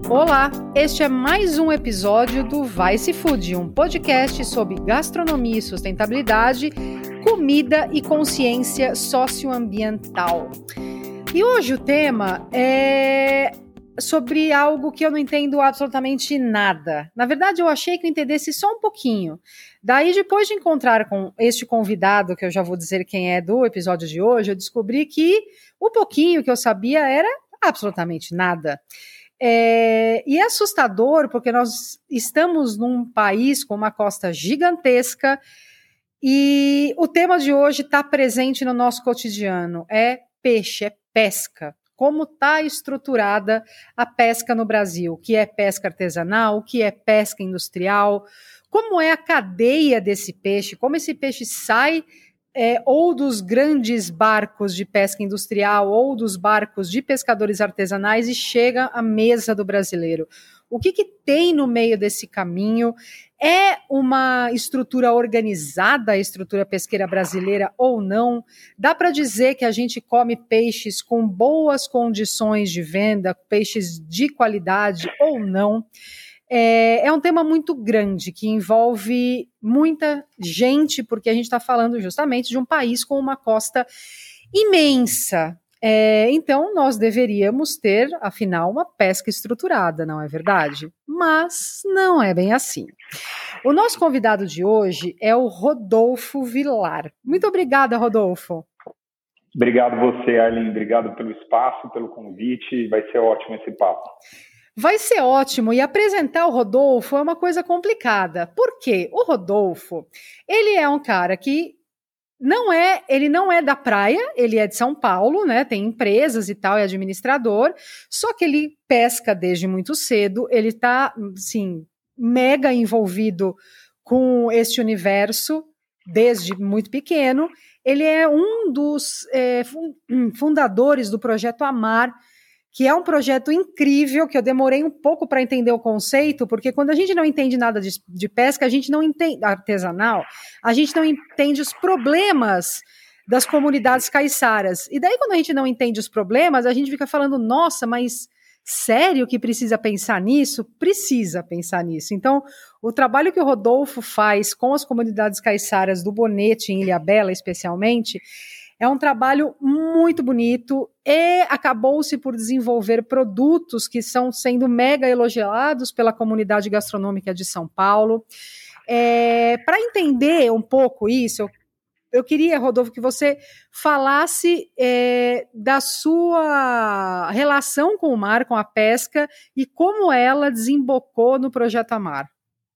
Olá, este é mais um episódio do Vice Food, um podcast sobre gastronomia e sustentabilidade, comida e consciência socioambiental. E hoje o tema é sobre algo que eu não entendo absolutamente nada. Na verdade, eu achei que eu entendesse só um pouquinho. Daí, depois de encontrar com este convidado, que eu já vou dizer quem é do episódio de hoje, eu descobri que o pouquinho que eu sabia era absolutamente nada. E é assustador porque nós estamos num país com uma costa gigantesca e o tema de hoje está presente no nosso cotidiano, é peixe, é pesca. Como está estruturada a pesca no Brasil, o que é pesca artesanal, o que é pesca industrial, como é a cadeia desse peixe, como esse peixe sai ou dos grandes barcos de pesca industrial ou dos barcos de pescadores artesanais e chega à mesa do brasileiro. O que tem no meio desse caminho? É uma estrutura organizada, a estrutura pesqueira brasileira ou não? Dá para dizer que a gente come peixes com boas condições de venda, peixes de qualidade ou não? É um tema muito grande, que envolve muita gente, porque a gente está falando justamente de um país com uma costa imensa. Então, nós deveríamos ter, afinal, uma pesca estruturada, não é verdade? Mas não é bem assim. O nosso convidado de hoje é o Rodolfo Vilar. Muito obrigada, Rodolfo. Obrigado você, Arlene. Obrigado pelo espaço, pelo convite. Vai ser ótimo esse papo. Vai ser ótimo, e apresentar o Rodolfo é uma coisa complicada. Por quê? O Rodolfo, ele é um cara que ele não é da praia, ele é de São Paulo, né? Tem empresas e tal, é administrador, só que ele pesca desde muito cedo, ele tá, assim, mega envolvido com esse universo desde muito pequeno. Ele é um dos fundadores do Projeto Amar, que é um projeto incrível, que eu demorei um pouco para entender o conceito, porque quando a gente não entende nada de pesca, a gente não entende artesanal, a gente não entende os problemas das comunidades caiçaras. E daí, quando a gente não entende os problemas, a gente fica falando, nossa, mas sério que precisa pensar nisso? Precisa pensar nisso. Então, o trabalho que o Rodolfo faz com as comunidades caiçaras do Bonete, em Ilhabela, especialmente, é um trabalho muito bonito e acabou-se por desenvolver produtos que estão sendo mega elogiados pela comunidade gastronômica de São Paulo. Para entender um pouco isso, eu queria, Rodolfo, que você falasse da sua relação com o mar, com a pesca, e como ela desembocou no Projeto Amar.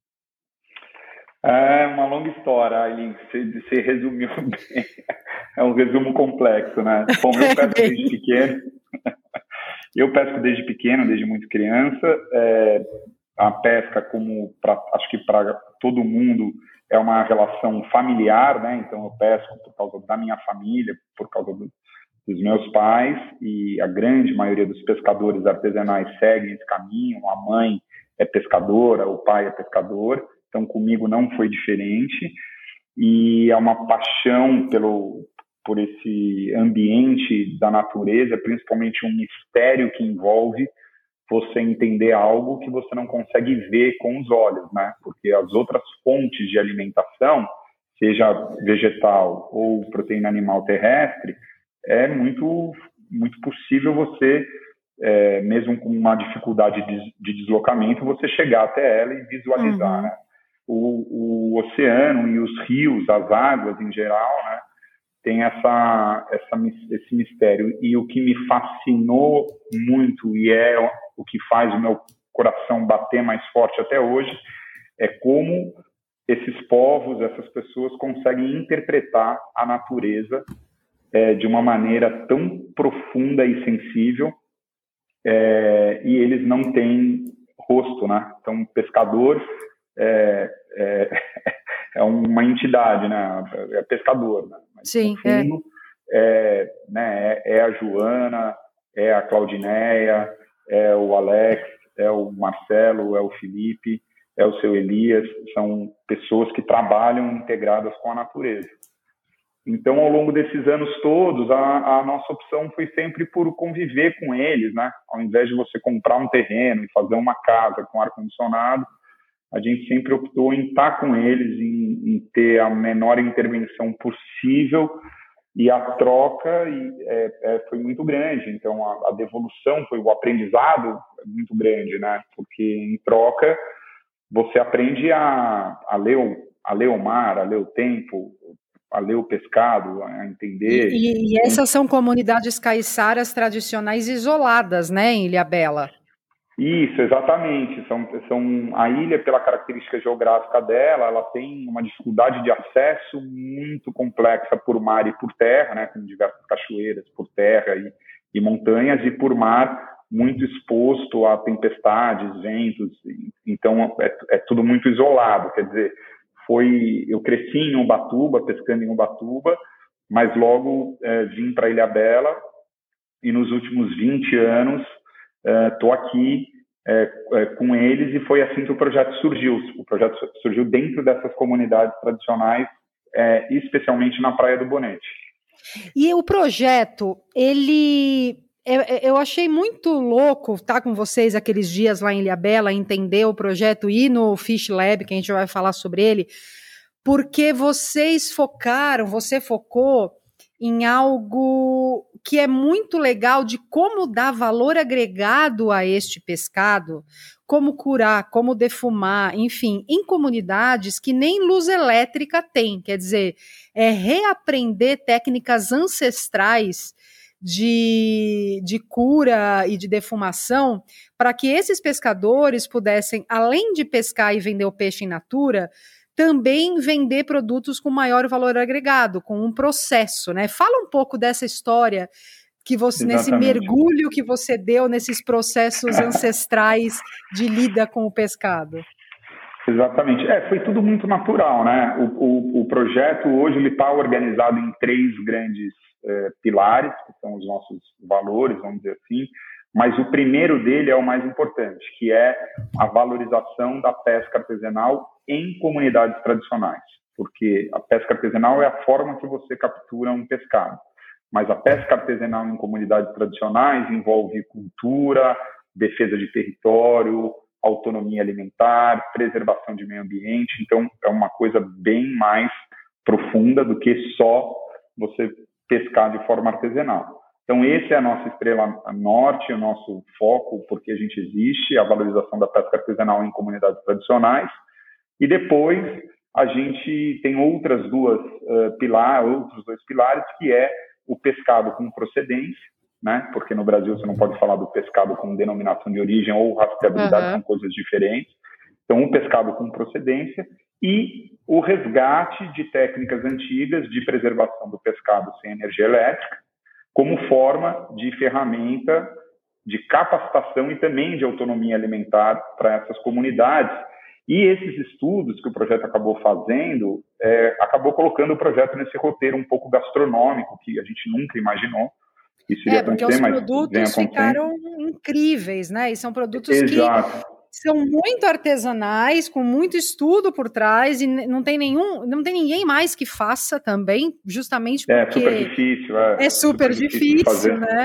É uma longa história, Aileen, você resumiu bem. É um resumo complexo, né? Bom, eu pesco desde pequeno. Eu pesco desde pequeno, desde muito criança. A pesca, acho que para todo mundo, é uma relação familiar, né? Então, eu pesco por causa da minha família, por causa dos meus pais, e a grande maioria dos pescadores artesanais seguem esse caminho. A mãe é pescadora, o pai é pescador. Então, comigo não foi diferente, e é uma paixão por esse ambiente da natureza, principalmente um mistério que envolve você entender algo que você não consegue ver com os olhos, né? Porque as outras fontes de alimentação, seja vegetal ou proteína animal terrestre, é muito, muito possível você, mesmo com uma dificuldade de deslocamento, você chegar até ela e visualizar, né? O oceano e os rios, as águas em geral, né, tem esse mistério. E o que me fascinou muito, e é o que faz o meu coração bater mais forte até hoje, é como esses povos, essas pessoas conseguem interpretar a natureza de uma maneira tão profunda e sensível, e eles não têm rosto, né? Então, pescador é uma entidade, né? É pescador, né? Mas, sim, no fundo, é a Joana, é a Claudineia, é o Alex, é o Marcelo, é o Felipe, é o seu Elias. São pessoas que trabalham integradas com a natureza. Então, ao longo desses anos todos, a nossa opção foi sempre por conviver com eles, né? Ao invés de você comprar um terreno e fazer uma casa com ar-condicionado, a gente sempre optou em estar com eles, em ter a menor intervenção possível, e a troca foi muito grande. Então, a devolução, o aprendizado muito grande, né? Porque em troca você aprende a ler o mar, a ler o tempo, a ler o pescado, a entender. E essas são comunidades caiçaras tradicionais isoladas, né, em Ilhabela? Isso, exatamente. A ilha, pela característica geográfica dela, ela tem uma dificuldade de acesso muito complexa por mar e por terra, né, com diversas cachoeiras por terra e montanhas, e por mar muito exposto a tempestades, ventos. Então, é tudo muito isolado. Quer dizer, eu cresci em Ubatuba, pescando em Ubatuba, mas logo vim para Ilhabela, e nos últimos 20 anos estou aqui com eles, e foi assim que o projeto surgiu. O projeto surgiu dentro dessas comunidades tradicionais, especialmente na Praia do Bonete. E o projeto, eu achei muito louco estar com vocês aqueles dias lá em Ilhabela, entender o projeto, ir no Fish Lab, que a gente vai falar sobre ele, porque você focou em algo que é muito legal de como dar valor agregado a este pescado, como curar, como defumar, enfim, em comunidades que nem luz elétrica tem. Quer dizer, é reaprender técnicas ancestrais de cura e de defumação para que esses pescadores pudessem, além de pescar e vender o peixe in natura, também vender produtos com maior valor agregado, com um processo, né? Fala um pouco dessa história que você, nesse mergulho que você deu nesses processos ancestrais de lida com o pescado. Exatamente. Foi tudo muito natural, né? O projeto hoje ele está organizado em 3 grandes pilares, que são os nossos valores, vamos dizer assim, mas o primeiro dele é o mais importante, que é a valorização da pesca artesanal em comunidades tradicionais, porque a pesca artesanal é a forma que você captura um pescado, mas a pesca artesanal em comunidades tradicionais envolve cultura, defesa de território, autonomia alimentar, preservação de meio ambiente. Então, é uma coisa bem mais profunda do que só você pescar de forma artesanal. Então, esse é a nossa estrela norte, o nosso foco, porque a gente existe, a valorização da pesca artesanal em comunidades tradicionais. E depois, a gente tem outros 2 pilares, que é o pescado com procedência, né? Porque no Brasil você não pode falar do pescado com denominação de origem ou rastreabilidade, são coisas diferentes. Então, o pescado com procedência e o resgate de técnicas antigas de preservação do pescado sem energia elétrica, como forma de ferramenta de capacitação e também de autonomia alimentar para essas comunidades. E esses estudos que o projeto acabou fazendo, acabou colocando o projeto nesse roteiro um pouco gastronômico, que a gente nunca imaginou. Isso iria porque os produtos ficaram incríveis, né? E são produtos Exato. que são muito artesanais, com muito estudo por trás, e não tem ninguém mais que faça também, justamente porque... É super difícil. É super difícil, né?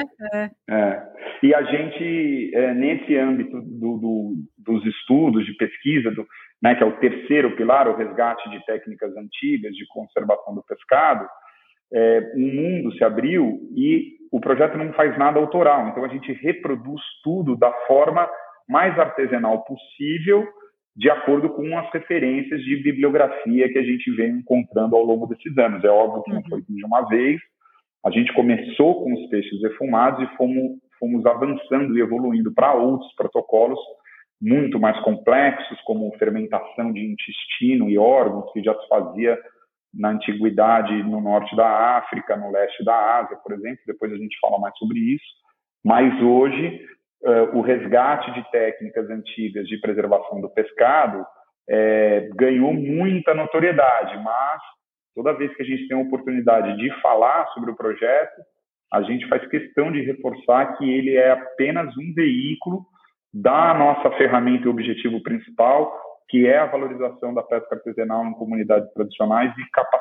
E a gente, nesse âmbito dos estudos, de pesquisa, né, que é o terceiro pilar, o resgate de técnicas antigas de conservação do pescado, um mundo se abriu e o projeto não faz nada autoral. Então, a gente reproduz tudo da forma mais artesanal possível, de acordo com as referências de bibliografia que a gente vem encontrando ao longo desses anos. É óbvio que não foi de uma vez. A gente começou com os peixes defumados e fomos avançando e evoluindo para outros protocolos muito mais complexos, como fermentação de intestino e órgãos, que já se fazia na antiguidade no norte da África, no leste da Ásia, por exemplo. Depois a gente fala mais sobre isso. Mas hoje, o resgate de técnicas antigas de preservação do pescado ganhou muita notoriedade, mas toda vez que a gente tem a oportunidade de falar sobre o projeto, a gente faz questão de reforçar que ele é apenas um veículo da nossa ferramenta e objetivo principal, que é a valorização da pesca artesanal em comunidades tradicionais e capacitação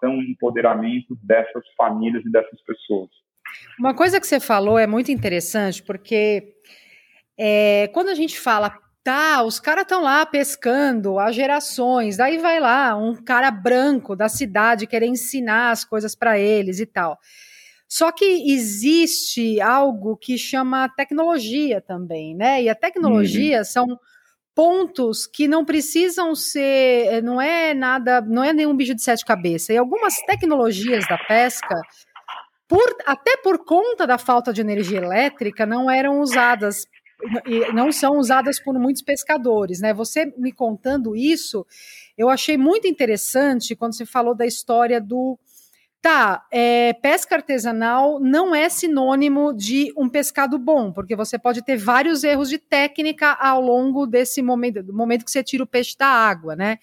emancipação e empoderamento dessas famílias e dessas pessoas. Uma coisa que você falou é muito interessante, porque quando a gente fala, os caras estão lá pescando há gerações, daí vai lá um cara branco da cidade querer ensinar as coisas para eles e tal. Só que existe algo que chama tecnologia também, né? E a tecnologia são pontos que não precisam ser, não é nenhum bicho de sete cabeças. E algumas tecnologias da pesca, até por conta da falta de energia elétrica, não eram usadas e não são usadas por muitos pescadores, né? Você me contando isso, eu achei muito interessante quando você falou da história do pesca artesanal não é sinônimo de um pescado bom, porque você pode ter vários erros de técnica ao longo desse momento, do momento que você tira o peixe da água, né?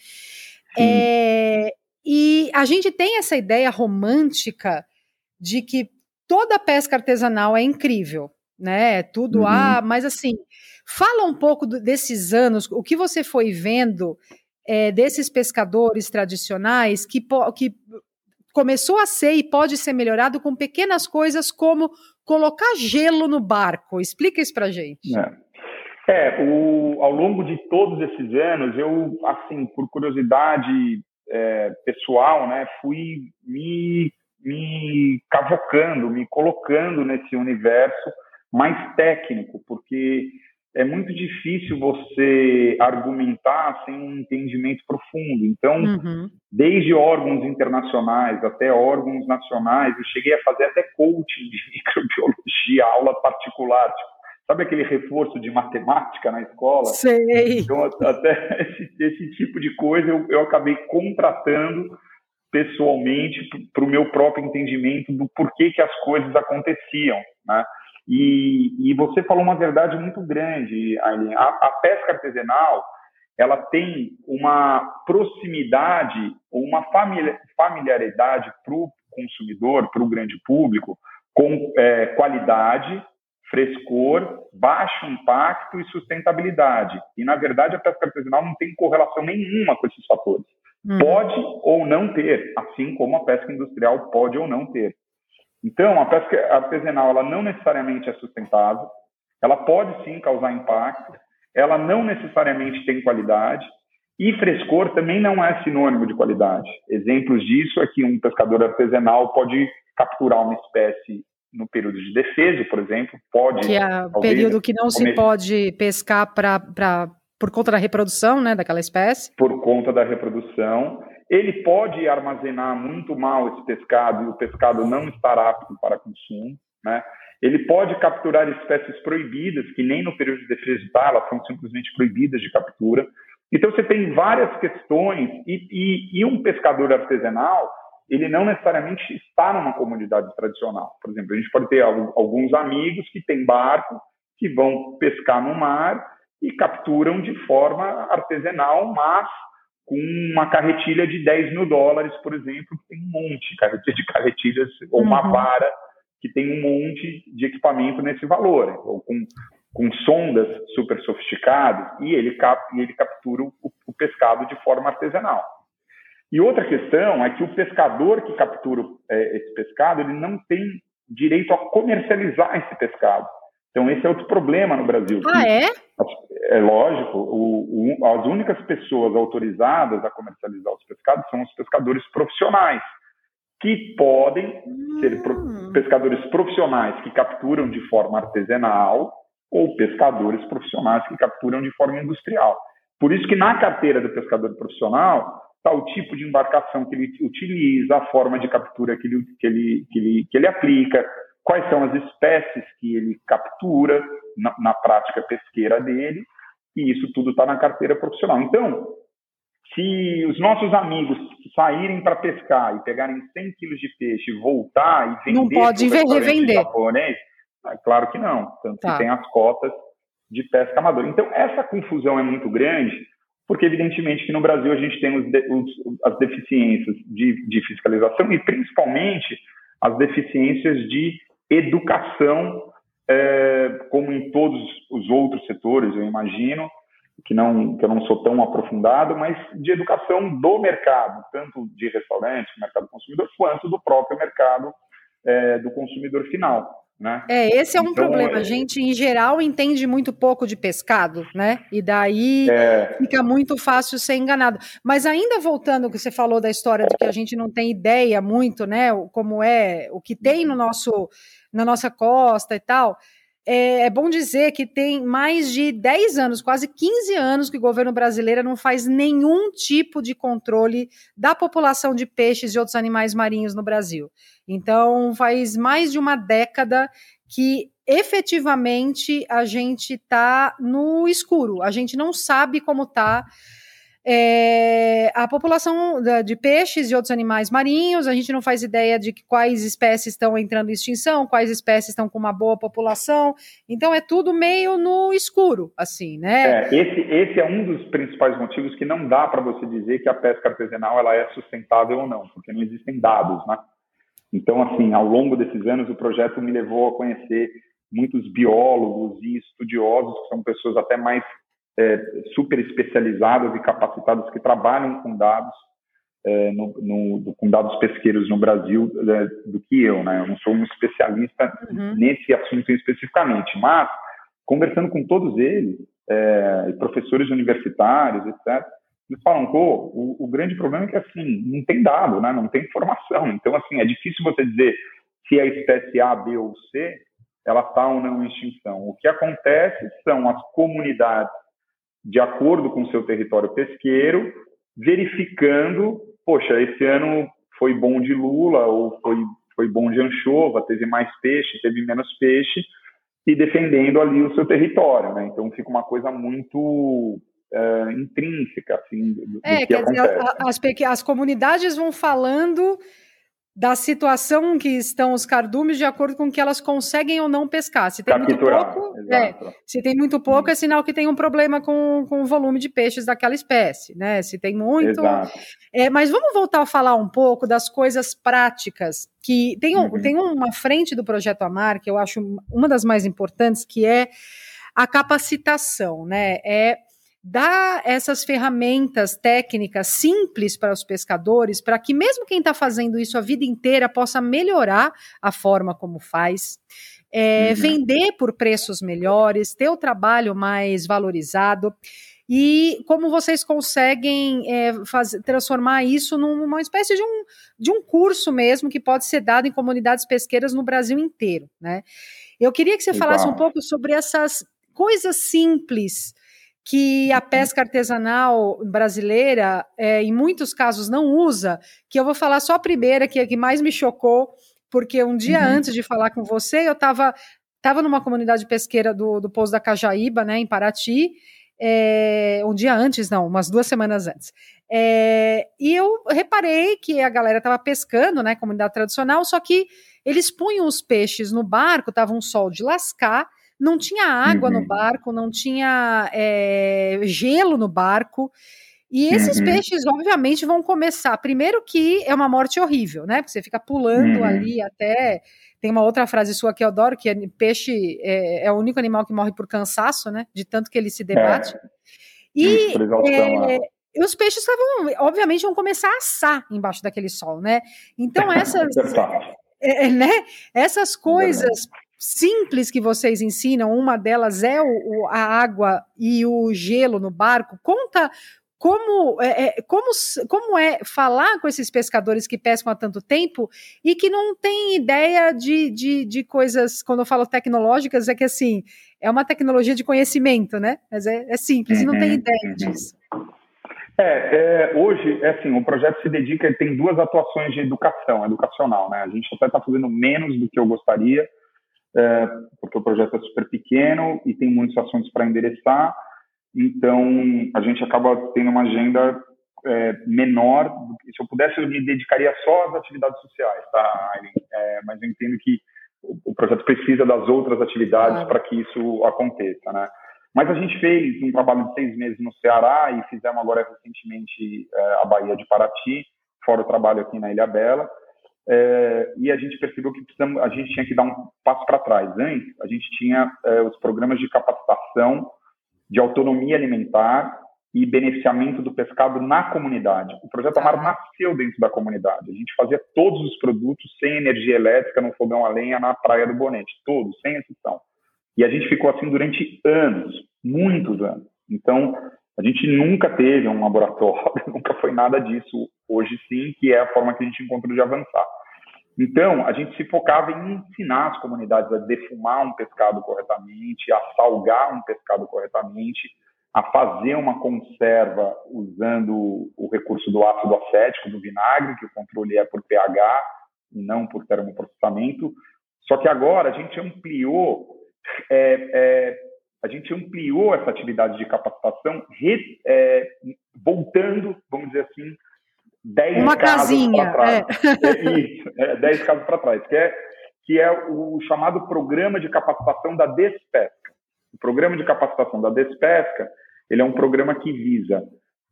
E a gente tem essa ideia romântica de que toda pesca artesanal é incrível, né? Tudo mas assim, fala um pouco desses anos, o que você foi vendo desses pescadores tradicionais que começou a ser e pode ser melhorado com pequenas coisas como colocar gelo no barco. Explica isso pra gente. Ao longo de todos esses anos, eu, assim, por curiosidade pessoal, né, fui me cavocando, me colocando nesse universo mais técnico, porque é muito difícil você argumentar sem um entendimento profundo. Então, desde órgãos internacionais até órgãos nacionais, eu cheguei a fazer até coaching de microbiologia, aula particular, tipo, sabe aquele reforço de matemática na escola? Sei. Então, até esse tipo de coisa eu acabei contratando pessoalmente para o meu próprio entendimento do porquê que as coisas aconteciam, né? E você falou uma verdade muito grande, Aileen. A pesca artesanal, ela tem uma proximidade, uma familiaridade para o consumidor, para o grande público, com qualidade, frescor, baixo impacto e sustentabilidade. E, na verdade, a pesca artesanal não tem correlação nenhuma com esses fatores. Pode ou não ter, assim como a pesca industrial pode ou não ter. Então, a pesca artesanal, ela não necessariamente é sustentável, ela pode sim causar impacto, ela não necessariamente tem qualidade, e frescor também não é sinônimo de qualidade. Exemplos disso é que um pescador artesanal pode capturar uma espécie no período de defeso, por exemplo, que é o período que não se pode pescar por conta da reprodução, né, daquela espécie. Por conta da reprodução. Ele pode armazenar muito mal esse pescado e o pescado não estar apto para consumo, né? Ele pode capturar espécies proibidas, que nem no período de defesa está, elas são simplesmente proibidas de captura. Então, você tem várias questões e um pescador artesanal, ele não necessariamente está numa comunidade tradicional. Por exemplo, a gente pode ter alguns amigos que têm barco, que vão pescar no mar e capturam de forma artesanal, mas com uma carretilha de $10 mil, por exemplo, que tem um monte de carretilhas, ou uma vara que tem um monte de equipamento nesse valor, ou com sondas super sofisticadas, e ele captura o pescado de forma artesanal. E outra questão é que o pescador que captura esse pescado, ele não tem direito a comercializar esse pescado. Então, esse é outro problema no Brasil. É lógico, as únicas pessoas autorizadas a comercializar os pescados são os pescadores profissionais, que podem ser pescadores profissionais que capturam de forma artesanal ou pescadores profissionais que capturam de forma industrial. Por isso que na carteira do pescador profissional está o tipo de embarcação que ele utiliza, a forma de captura que ele aplica, quais são as espécies que ele captura na prática pesqueira dele, e isso tudo está na carteira profissional. Então, se os nossos amigos saírem para pescar e pegarem 100 quilos de peixe e voltar e vender, não pode revender japonês, claro que não, tanto que tem as cotas de pesca amadora. Então, essa confusão é muito grande, porque evidentemente que no Brasil a gente tem as deficiências de fiscalização e principalmente as deficiências de educação, como em todos os outros setores, eu imagino, que eu não sou tão aprofundado, mas de educação do mercado, tanto de restaurante, mercado consumidor, quanto do próprio mercado do consumidor final, né? Esse é um problema. A gente, em geral, entende muito pouco de pescado, né? E daí fica muito fácil ser enganado. Mas ainda voltando ao que você falou da história de que a gente não tem ideia muito, né? Como é, o que tem na nossa costa e tal. É bom dizer que tem mais de 10 anos, quase 15 anos, que o governo brasileiro não faz nenhum tipo de controle da população de peixes e outros animais marinhos no Brasil. Então, faz mais de uma década que efetivamente a gente está no escuro, a gente não sabe como está a população de peixes e outros animais marinhos, a gente não faz ideia de quais espécies estão entrando em extinção, quais espécies estão com uma boa população, então é tudo meio no escuro, assim, né? Esse é um dos principais motivos que não dá para você dizer que a pesca artesanal ela é sustentável ou não, porque não existem dados, né? Então, assim, ao longo desses anos, o projeto me levou a conhecer muitos biólogos e estudiosos, que são pessoas até mais super especializadas e capacitadas que trabalham com dados, com dados pesqueiros no Brasil do que eu, né? Eu não sou um especialista nesse assunto especificamente, mas conversando com todos eles, professores universitários, etc., eles falam, o grande problema é que, assim, não tem dado, né? Não tem informação. Então, assim, é difícil você dizer se a espécie A, B ou C, ela está ou não em extinção. O que acontece são as comunidades, de acordo com o seu território pesqueiro, verificando, poxa, esse ano foi bom de lula, ou foi bom de anchova, teve mais peixe, teve menos peixe, e defendendo ali o seu território, né? Então, fica uma coisa muito intrínseca, assim, do que acontece. Dizer, as comunidades vão falando da situação que estão os cardumes de acordo com que elas conseguem ou não pescar. Se tem muito pouco, se tem muito pouco, é sinal que tem um problema com o volume de peixes daquela espécie, né? Se tem muito... mas vamos voltar a falar um pouco das coisas práticas, que tem uma frente do Projeto Amar, que eu acho uma das mais importantes, que é a capacitação, né? Dar essas ferramentas técnicas simples para os pescadores, para que mesmo quem está fazendo isso a vida inteira possa melhorar a forma como faz, vender por preços melhores, ter o trabalho mais valorizado. E como vocês conseguem transformar isso numa espécie de um curso mesmo que pode ser dado em comunidades pesqueiras no Brasil inteiro, né? Eu queria que você falasse um pouco sobre essas coisas simples que a pesca artesanal brasileira, em muitos casos, não usa, que eu vou falar só a primeira, que é a que mais me chocou, porque um dia antes de falar com você, eu estava numa comunidade pesqueira do Pouso da Cajaíba, né, em Paraty, um dia antes, não, umas 2 semanas antes. E eu reparei que a galera estava pescando, né, comunidade tradicional, só que eles punham os peixes no barco, estava um sol de lascar, não tinha água no barco, não tinha gelo no barco, e esses peixes, obviamente, vão começar, primeiro que é uma morte horrível, né, porque você fica pulando ali até, tem uma outra frase sua que eu adoro, que peixe é o único animal que morre por cansaço, né, de tanto que ele se debate, e os peixes obviamente, vão começar a assar embaixo daquele sol, né, então essas coisas simples que vocês ensinam, uma delas é a água e o gelo no barco. Conta como é falar com esses pescadores que pescam há tanto tempo e que não têm ideia de coisas, quando eu falo tecnológicas, é que assim, é uma tecnologia de conhecimento, né? Mas é simples e não tem ideia disso. Hoje, assim, o projeto se dedica, tem 2 atuações de educacional, né? A gente até está fazendo menos do que eu gostaria, porque o projeto é super pequeno e tem muitos assuntos para endereçar, então a gente acaba tendo uma agenda menor. Se eu pudesse, eu me dedicaria só às atividades sociais, tá, Aileen? Mas eu entendo que o projeto precisa das outras atividades para que isso aconteça, né? Mas a gente fez um trabalho de 6 meses no Ceará e fizemos agora recentemente a Baía de Paraty, fora o trabalho aqui na Ilhabela. E a gente percebeu que a gente tinha que dar um passo para trás. Antes, a gente tinha os programas de capacitação de autonomia alimentar e beneficiamento do pescado na comunidade. O Projeto Amar nasceu dentro da comunidade. A gente fazia todos os produtos sem energia elétrica no fogão a lenha na Praia do Bonete, todos, sem exceção. E a gente ficou assim durante anos, muitos anos. Então, a gente nunca teve um laboratório, nunca foi nada disso. Hoje sim, que é a forma que a gente encontrou de avançar. Então, a gente se focava em ensinar as comunidades a defumar um pescado corretamente, a salgar um pescado corretamente, a fazer uma conserva usando o recurso do ácido acético, do vinagre, que o controle é por pH e não por termoprocessamento. Só que agora a gente ampliou essa atividade de capacitação, voltando, vamos dizer assim, 10 casos para trás. 10 casos para trás, que é o chamado Programa de Capacitação da Despesca. O Programa de Capacitação da Despesca, ele é um programa que visa,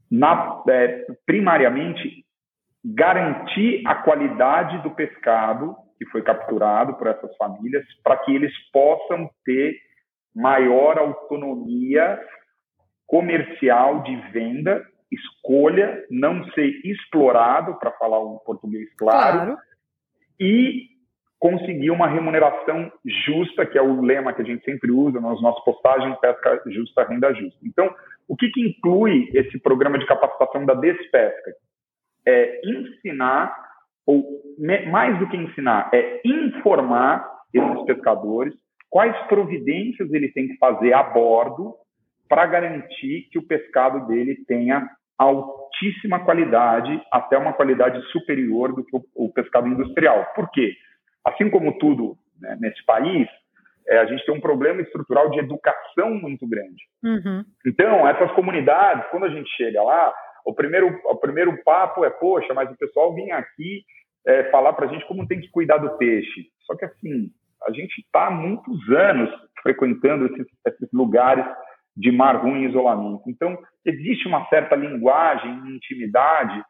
primariamente, garantir a qualidade do pescado que foi capturado por essas famílias, para que eles possam ter maior autonomia comercial de venda, escolha, não ser explorado, para falar um português claro, e conseguir uma remuneração justa, que é o lema que a gente sempre usa nas nossas postagens, pesca justa, renda justa. Então, o que inclui esse programa de capacitação da Despesca? É ensinar, ou mais do que ensinar, é informar esses pescadores quais providências ele tem que fazer a bordo para garantir que o pescado dele tenha altíssima qualidade, até uma qualidade superior do que o pescado industrial. Por quê? Assim como tudo, né, nesse país, a gente tem um problema estrutural de educação muito grande. Uhum. Então, essas comunidades, quando a gente chega lá, o primeiro papo é, poxa, mas o pessoal vinha aqui falar para a gente como tem que cuidar do peixe. Só que, assim, a gente está há muitos anos frequentando esses lugares de mar ruim e isolamento. Então, existe uma certa linguagem e intimidade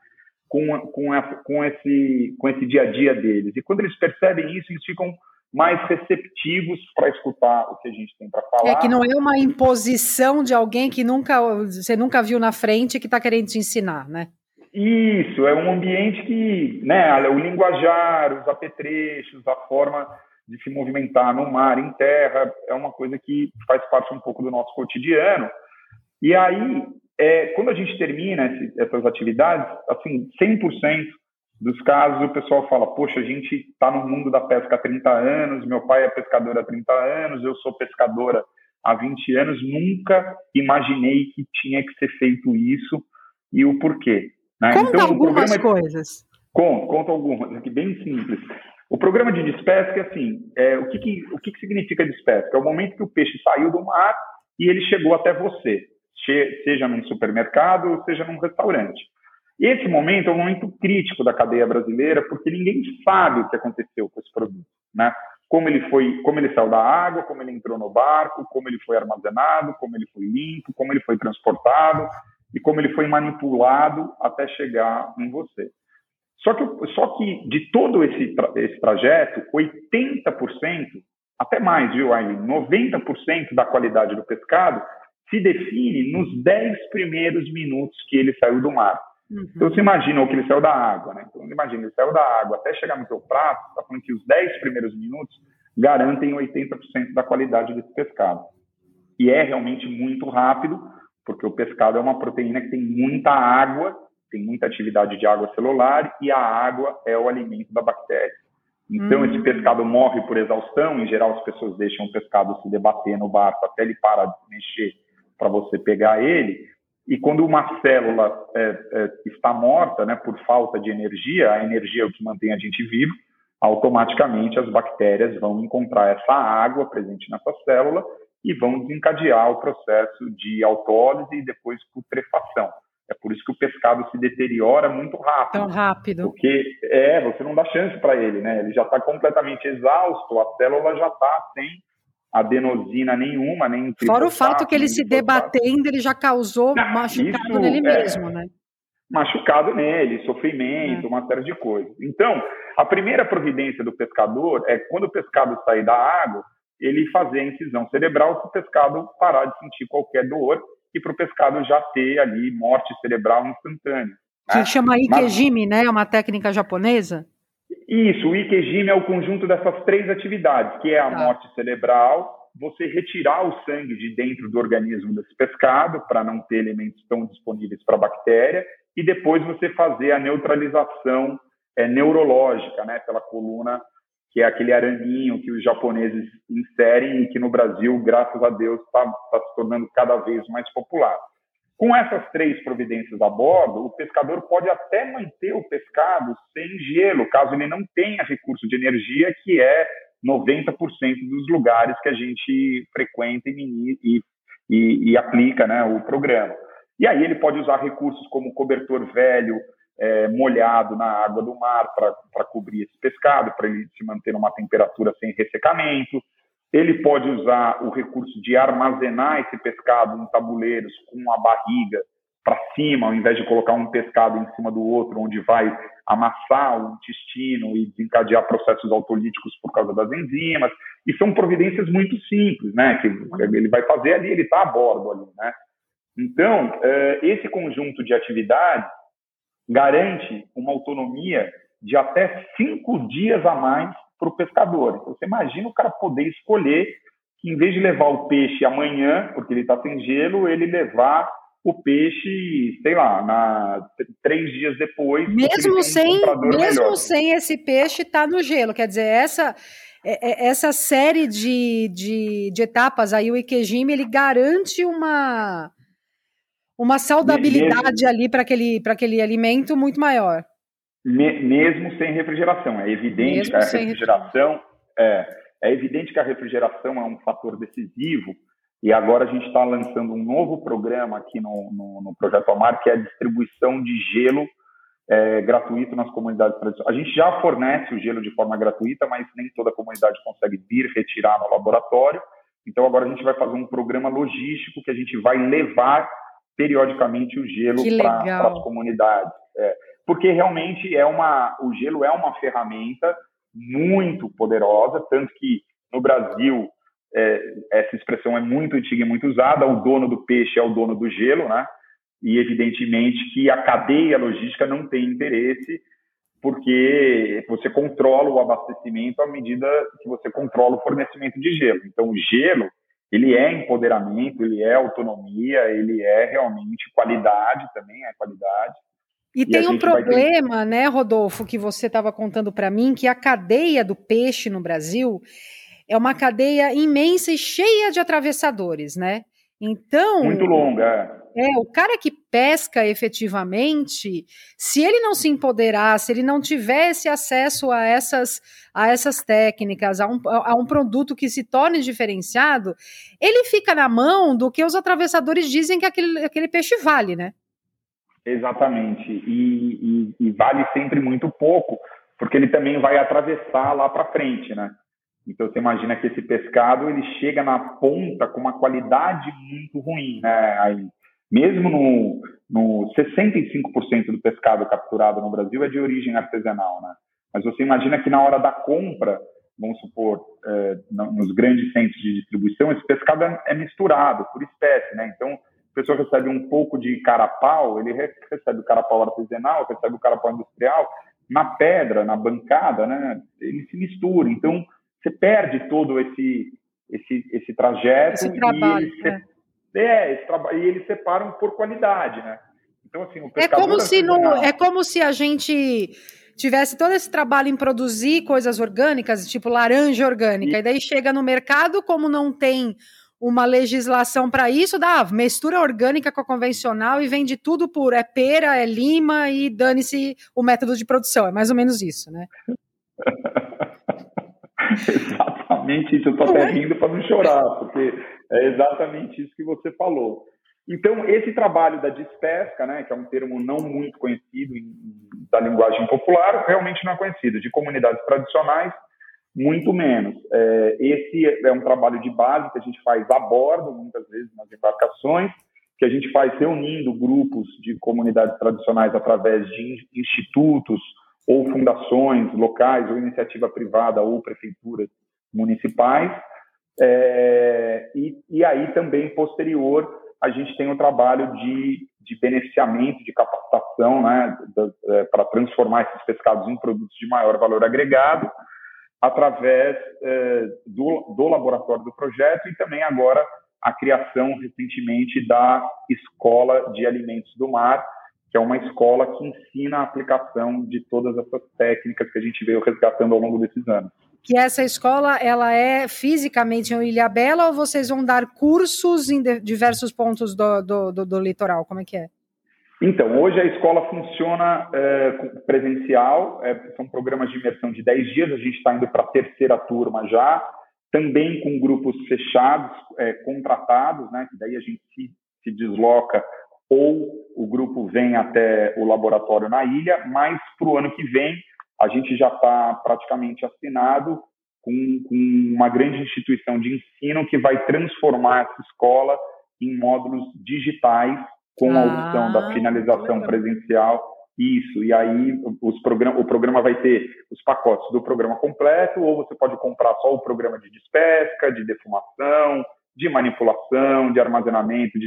com esse dia a dia deles. E quando eles percebem isso, eles ficam mais receptivos para escutar o que a gente tem para falar. É que não é uma imposição de alguém que você nunca viu na frente que está querendo te ensinar, né? Isso, é um ambiente que, né, o linguajar, os apetrechos, a forma de se movimentar no mar, em terra, é uma coisa que faz parte um pouco do nosso cotidiano. E aí, quando a gente termina essas atividades, assim, 100% dos casos o pessoal fala, poxa, a gente está no mundo da pesca há 30 anos, meu pai é pescador há 30 anos, eu sou pescadora há 20 anos, nunca imaginei que tinha que ser feito isso e o porquê. Né? Conta então, algumas coisas. Conta algumas, aqui bem simples. O programa de despesca é assim, o que significa despesca? É o momento que o peixe saiu do mar e ele chegou até você, seja num supermercado, seja num restaurante. Esse momento é um momento crítico da cadeia brasileira, porque ninguém sabe o que aconteceu com esse produto, né? Como ele saiu da água, como ele entrou no barco, como ele foi armazenado, como ele foi limpo, como ele foi transportado e como ele foi manipulado até chegar em você. Só que de todo esse trajeto, 80%, até mais, viu, Aileen? 90% da qualidade do pescado se define nos 10 primeiros minutos que ele saiu do mar. Uhum. Então, você imagina que ele saiu da água, né? Então, imagina, ele saiu da água até chegar no seu prato, está falando que os 10 primeiros minutos garantem 80% da qualidade desse pescado. E é realmente muito rápido, porque o pescado é uma proteína que tem muita água, tem muita atividade de água celular, e a água é o alimento da bactéria. Então, esse pescado morre por exaustão. Em geral, as pessoas deixam o pescado se debater no barco até ele parar de mexer para você pegar ele. E quando uma célula está morta, né, por falta de energia, a energia é o que mantém a gente vivo, automaticamente as bactérias vão encontrar essa água presente nessa célula e vão desencadear o processo de autólise e depois putrefação. É por isso que o pescado se deteriora muito rápido. Tão rápido. Porque você não dá chance para ele, né? Ele já está completamente exausto, a célula já está sem adenosina nenhuma, nem... Fora o fato que ele se debatendo, ele já causou machucado nele mesmo, né? Machucado nele, sofrimento, uma série de coisas. Então, a primeira providência do pescador é quando o pescado sair da água, ele fazer a incisão cerebral para o pescado parar de sentir qualquer dor e para o pescado já ter ali morte cerebral instantânea. Que chama Ikejime, né? É uma técnica japonesa? Isso, o Ikejime é o conjunto dessas 3 atividades, que é a morte cerebral, você retirar o sangue de dentro do organismo desse pescado, para não ter elementos tão disponíveis para a bactéria, e depois você fazer a neutralização neurológica, né, pela coluna, que é aquele araminho que os japoneses inserem e que no Brasil, graças a Deus, está se tornando cada vez mais popular. Com essas 3 providências a bordo, o pescador pode até manter o pescado sem gelo, caso ele não tenha recurso de energia, que é 90% dos lugares que a gente frequenta e aplica, né, o programa. E aí ele pode usar recursos como cobertor velho, molhado na água do mar para cobrir esse pescado, para ele se manter numa temperatura sem ressecamento. Ele pode usar o recurso de armazenar esse pescado em tabuleiros com a barriga para cima, ao invés de colocar um pescado em cima do outro, onde vai amassar o intestino e desencadear processos autolíticos por causa das enzimas. E são providências muito simples, né? Que ele vai fazer ali, ele está a bordo ali, né? Então, esse conjunto de atividades garante uma autonomia de até 5 dias a mais para o pescador. Então, você imagina o cara poder escolher que, em vez de levar o peixe amanhã, porque ele está sem gelo, ele levar o peixe, sei lá, 3 dias depois. Mesmo sem esse peixe estar no gelo. Quer dizer, essa série de etapas aí, o Ikejime, ele garante uma saudabilidade ali para aquele alimento muito maior. Mesmo sem refrigeração. É evidente que a refrigeração é evidente que a refrigeração é um fator decisivo, e agora a gente está lançando um novo programa aqui no Projeto Amar, que é a distribuição de gelo gratuito nas comunidades tradicionais. A gente já fornece o gelo de forma gratuita, mas nem toda a comunidade consegue vir retirar no laboratório. Então agora a gente vai fazer um programa logístico que a gente vai levar periodicamente o gelo para as comunidades. Porque realmente o gelo é uma ferramenta muito poderosa, tanto que no Brasil essa expressão é muito antiga e muito usada, o dono do peixe é o dono do gelo, né? E evidentemente que a cadeia logística não tem interesse, porque você controla o abastecimento à medida que você controla o fornecimento de gelo. Então o gelo, ele é empoderamento, ele é autonomia, ele é realmente qualidade também, é qualidade. E tem um problema, né, Rodolfo, que você estava contando para mim, que a cadeia do peixe no Brasil é uma cadeia imensa e cheia de atravessadores, né? Então... Muito longa, o cara que pesca efetivamente, se ele não se empoderar, se ele não tivesse acesso a essas técnicas, a um produto que se torne diferenciado, ele fica na mão do que os atravessadores dizem que aquele peixe vale, né? Exatamente, e vale sempre muito pouco, porque ele também vai atravessar lá para frente, né? Então você imagina que esse pescado ele chega na ponta com uma qualidade muito ruim, né? Aí, mesmo no 65% do pescado capturado no Brasil é de origem artesanal, né? Mas você imagina que na hora da compra, vamos supor, nos grandes centros de distribuição, esse pescado é misturado por espécie, né? Então a pessoa recebe um pouco de carapau, ele recebe o carapau artesanal, recebe o carapau industrial, na pedra, na bancada, né? Ele se mistura. Então você perde todo esse trajeto, esse trabalho, e eles separam por qualidade, né? Então assim, o pescador é como se a gente tivesse todo esse trabalho em produzir coisas orgânicas, tipo laranja orgânica, e daí chega no mercado, como não tem uma legislação para isso, dá mistura orgânica com a convencional e vende tudo por pera, lima e dane-se o método de produção. É mais ou menos isso, né? Exatamente isso. Eu estou até rindo para não chorar, porque é exatamente isso que você falou. Então, esse trabalho da dispesca, né, que é um termo não muito conhecido da linguagem popular, realmente não é conhecido. De comunidades tradicionais, muito menos. Esse é um trabalho de base que a gente faz a bordo, muitas vezes nas embarcações, que a gente faz reunindo grupos de comunidades tradicionais através de institutos ou fundações locais, ou iniciativa privada, ou prefeituras municipais, E aí também, posterior, a gente tem o trabalho de beneficiamento, de capacitação, né, para transformar esses pescados em produtos de maior valor agregado, através do laboratório do projeto e também agora a criação recentemente da Escola de Alimentos do Mar, que é uma escola que ensina a aplicação de todas essas técnicas que a gente veio resgatando ao longo desses anos. Que essa escola, ela é fisicamente em Ilhabela ou vocês vão dar cursos em diversos pontos do litoral? Como é que é? Então, hoje a escola funciona presencial, são programas de imersão de 10 dias, a gente está indo para a terceira turma já, também com grupos fechados, contratados, né, que daí a gente se desloca ou o grupo vem até o laboratório na ilha, mas para o ano que vem a gente já está praticamente assinado com uma grande instituição de ensino que vai transformar essa escola em módulos digitais com a opção da finalização presencial. Isso, e aí o programa vai ter os pacotes do programa completo, ou você pode comprar só o programa de despesca, de defumação, de manipulação, de armazenamento,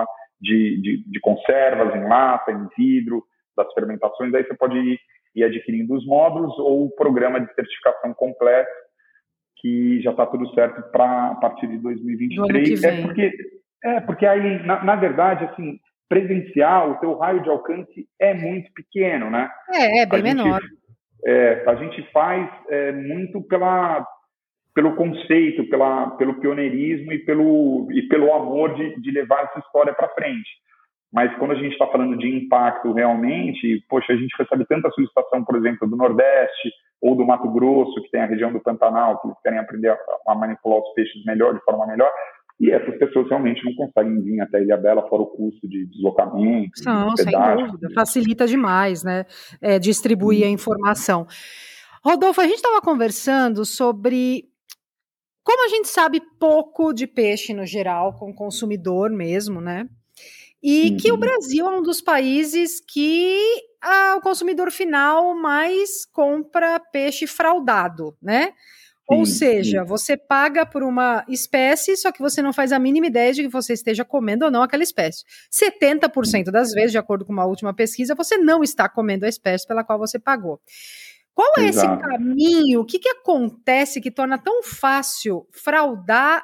de conservas em lata, em vidro, das fermentações. Aí você pode ir adquirindo os módulos ou o programa de certificação completo, que já está tudo certo para a partir de 2023. Porque aí, na verdade, assim, presencial, o teu raio de alcance é muito pequeno, né? É bem menor. A gente faz muito pelo conceito, pelo pioneirismo e pelo amor de levar essa história para frente. Mas quando a gente está falando de impacto realmente, poxa, a gente recebe tanta solicitação, por exemplo, do Nordeste ou do Mato Grosso, que tem a região do Pantanal, que eles querem aprender a manipular os peixes melhor, de forma melhor, e essas pessoas realmente não conseguem vir até Ilhabela, fora o custo de deslocamento. Não, sem dúvida, facilita demais, né, distribuir a informação. Rodolfo, a gente estava conversando sobre como a gente sabe pouco de peixe no geral, com o consumidor mesmo, né? E que o Brasil é um dos países que o consumidor final mais compra peixe fraudado, né? Ou seja, você paga por uma espécie, só que você não faz a mínima ideia de que você esteja comendo ou não aquela espécie. 70% das vezes, de acordo com uma última pesquisa, você não está comendo a espécie pela qual você pagou. Qual é esse caminho? O que acontece que torna tão fácil fraudar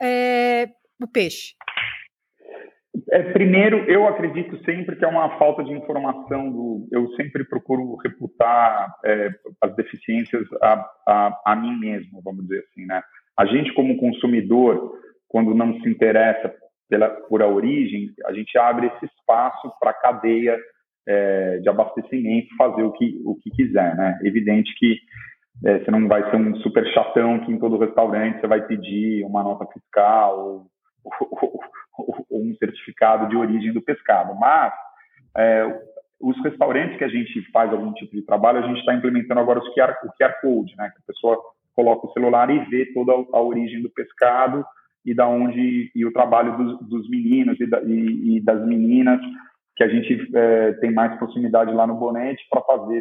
o peixe? Primeiro, eu acredito sempre que é uma falta de informação. Eu sempre procuro reputar as deficiências a mim mesmo, vamos dizer assim, né? A gente, como consumidor, quando não se interessa por a origem, a gente abre esse espaço para a cadeia de abastecimento fazer o que quiser, né? Evidente que você não vai ser um super chatão que em todo restaurante você vai pedir uma nota fiscal ou um certificado de origem do pescado, mas os restaurantes que a gente faz algum tipo de trabalho, a gente está implementando agora o QR Code, né? Que a pessoa coloca o celular e vê toda a origem do pescado e o trabalho dos meninos e das meninas, que a gente tem mais proximidade lá no Bonete para fazer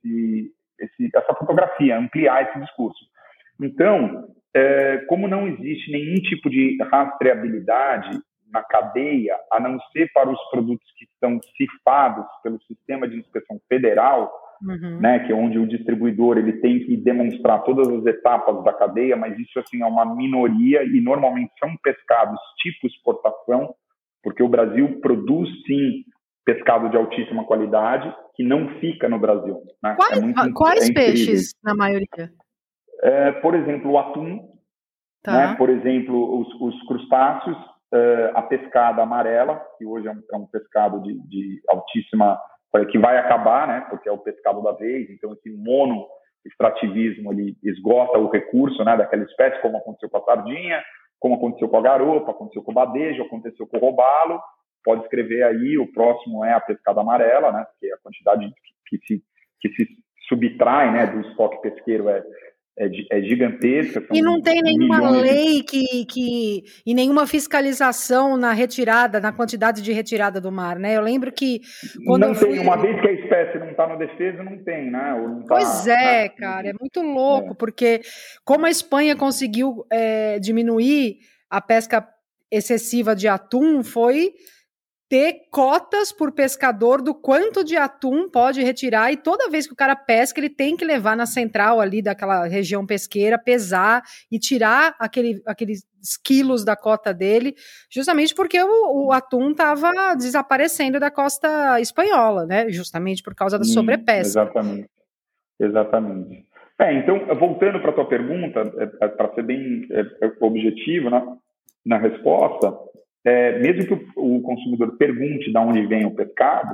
essa fotografia, ampliar esse discurso. Então, como não existe nenhum tipo de rastreabilidade na cadeia, a não ser para os produtos que são cifados pelo Sistema de Inspeção Federal, né, que é onde o distribuidor ele tem que demonstrar todas as etapas da cadeia, mas isso assim é uma minoria e normalmente são pescados tipo exportação, porque o Brasil produz sim pescado de altíssima qualidade que não fica no Brasil. Né? Quais peixes na maioria? Por exemplo, o atum, né? Por exemplo, os crustáceos, a pescada amarela, que hoje é um pescado de altíssima, que vai acabar, né? Porque é o pescado da vez, então esse monoextrativismo ele esgota o recurso, né, daquela espécie, como aconteceu com a sardinha, como aconteceu com a garopa, aconteceu com o badejo, aconteceu com o robalo. Pode escrever aí, o próximo é a pescada amarela, né? Porque a quantidade que se subtrai, né, do estoque pesqueiro é gigantesca. E não tem nenhuma lei e nenhuma fiscalização na quantidade de retirada do mar, né? Eu lembro que quando não tem, uma vez que a espécie não está na defesa, não tem, né? Ou não pois é, cara, é muito louco, porque como a Espanha conseguiu diminuir a pesca excessiva de atum, foi ter cotas por pescador do quanto de atum pode retirar, e toda vez que o cara pesca, ele tem que levar na central ali daquela região pesqueira, pesar e tirar aqueles quilos da cota dele, justamente porque o atum estava desaparecendo da costa espanhola, né? Justamente por causa da sobrepesca. Exatamente. Então, voltando para a tua pergunta, para ser bem objetivo na resposta, mesmo que o consumidor pergunte de onde vem o pescado,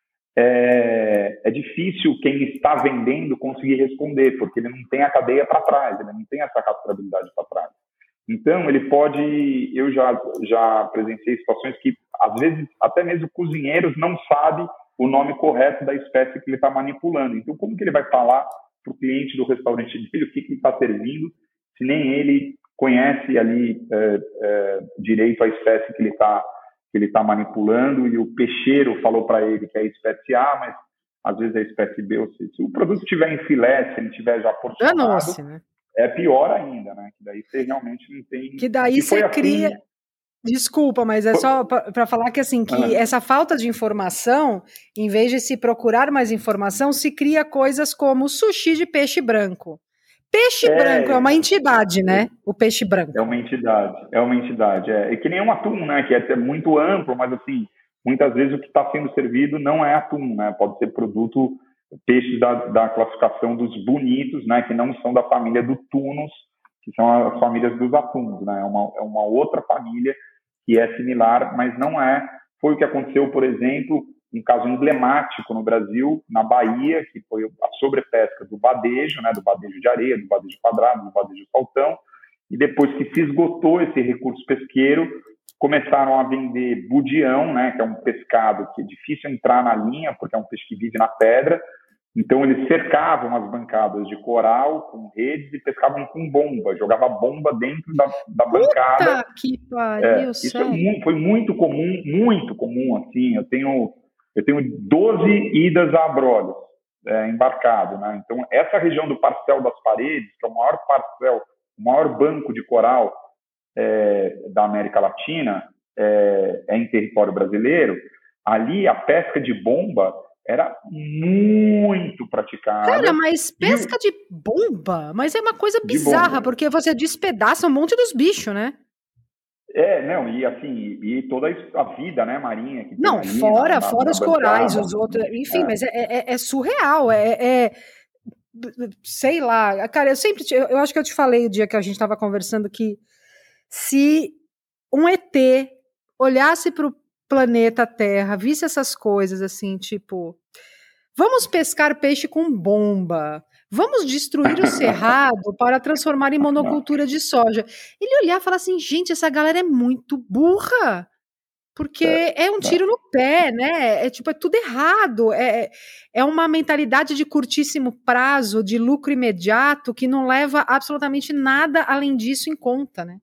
é difícil quem está vendendo conseguir responder, porque ele não tem a cadeia para trás, ele não tem essa rastreabilidade para trás. Então, ele pode... Eu já presenciei situações que, às vezes, até mesmo cozinheiros não sabem o nome correto da espécie que ele está manipulando. Então, como que ele vai falar para o cliente do restaurante dele o que ele está servindo, se nem ele conhece ali direito à espécie que ele tá manipulando, e o peixeiro falou para ele que é a espécie A, mas às vezes é a espécie B ou C. Se o produto estiver em filé, se ele estiver já porcionado, né? É pior ainda, né? Que daí você realmente não tem... Que daí você cria... Desculpa, mas é só para falar que, assim, que essa falta de informação, em vez de se procurar mais informação, se cria coisas como sushi de peixe branco. Peixe branco é uma entidade, né? O peixe branco. É uma entidade. É que nem um atum, né? Que é muito amplo, mas, assim, muitas vezes o que está sendo servido não é atum, né? Pode ser produto, peixes da classificação dos bonitos, né? Que não são da família do tunus, que são as famílias dos atuns, né? É uma outra família que é similar, mas não é. Foi o que aconteceu, por exemplo, um caso emblemático no Brasil, na Bahia, que foi a sobrepesca do badejo, né, do badejo de areia, do badejo quadrado, do badejo saltão, e depois que se esgotou esse recurso pesqueiro, começaram a vender budião, né, que é um pescado que é difícil entrar na linha, porque é um peixe que vive na pedra. Então, eles cercavam as bancadas de coral com redes e pescavam com bomba, jogava bomba dentro da bancada. Puta que pariu, isso foi muito comum, assim. Eu tenho 12 idas a Abrolhos embarcado, né? Então, essa região do Parcel das Paredes, que é o maior banco de coral da América Latina, em território brasileiro. Ali, a pesca de bomba era muito praticada. Cara, mas pesca de bomba? Mas é uma coisa bizarra, porque você despedaça um monte dos bichos, né? E assim, e toda a vida, né, marinha. Que não, ali, fora os corais, os outros, enfim, mas é surreal, sei lá, cara, eu acho que eu te falei o dia que a gente estava conversando que se um ET olhasse para o planeta Terra, visse essas coisas assim, tipo, vamos pescar peixe com bomba, vamos destruir o cerrado para transformar em monocultura de soja. Ele olhar e falar assim, gente, essa galera é muito burra, porque é um tiro no pé, né? É tudo errado. É uma mentalidade de curtíssimo prazo, de lucro imediato, que não leva absolutamente nada além disso em conta, né?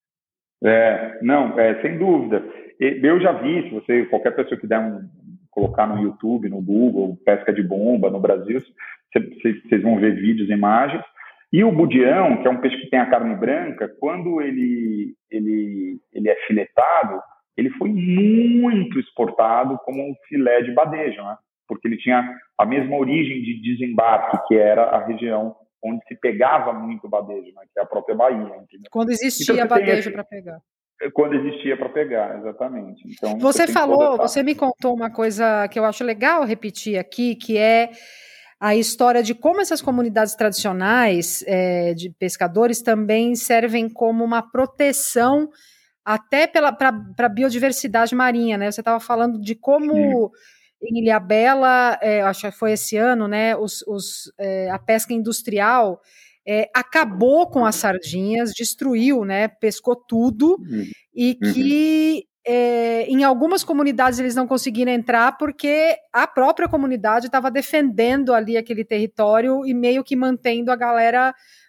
Sem dúvida. Eu já vi, se qualquer pessoa que der colocar no YouTube, no Google, pesca de bomba no Brasil, vocês vão ver vídeos, imagens. E o budião, que é um peixe que tem a carne branca, quando ele é filetado, ele foi muito exportado como um filé de badejo, né? Porque ele tinha a mesma origem de desembarque, que era a região onde se pegava muito badejo, né? Que é a própria Bahia. Entendeu? Quando existia badejo para pegar. Quando existia para pegar, exatamente. Então, você me contou uma coisa que eu acho legal repetir aqui, que é a história de como essas comunidades tradicionais de pescadores também servem como uma proteção até para a biodiversidade marinha, né? Você estava falando de como em Ilhabela, acho que foi esse ano, né? A pesca industrial acabou com as sardinhas, destruiu, né? Pescou tudo, e que em algumas comunidades eles não conseguiram entrar porque a própria comunidade estava defendendo ali aquele território e meio que mantendo a galera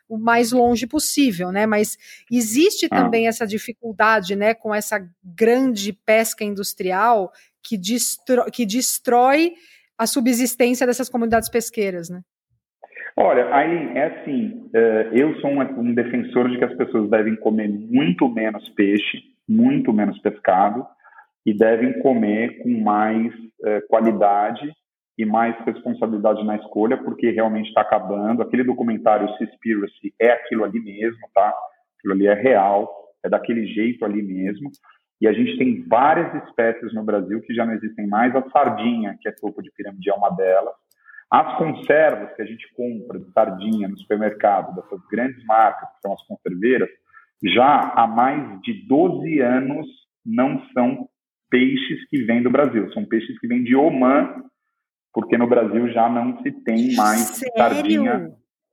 o mais longe possível, né? Mas existe também essa dificuldade, né, com essa grande pesca industrial que destrói a subsistência dessas comunidades pesqueiras, né? Olha, Aileen, é assim, eu sou um defensor de que as pessoas devem comer muito menos peixe, muito menos pescado, e devem comer com mais qualidade e mais responsabilidade na escolha, porque realmente está acabando. Aquele documentário Seaspiracy é aquilo ali mesmo, tá? Aquilo ali é real, é daquele jeito ali mesmo. E a gente tem várias espécies no Brasil que já não existem mais. A sardinha, que é topo de pirâmide, é uma delas. As conservas que a gente compra de sardinha no supermercado, dessas grandes marcas, que são as conserveiras, já há mais de 12 anos não são peixes que vêm do Brasil. São peixes que vêm de Omã, porque no Brasil já não se tem mais sardinha.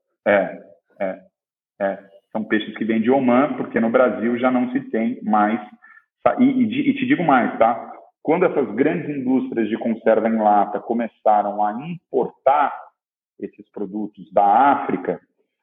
São peixes que vêm de Omã, porque no Brasil já não se tem mais. E te digo mais, tá? Quando essas grandes indústrias de conserva em lata começaram a importar esses produtos da África,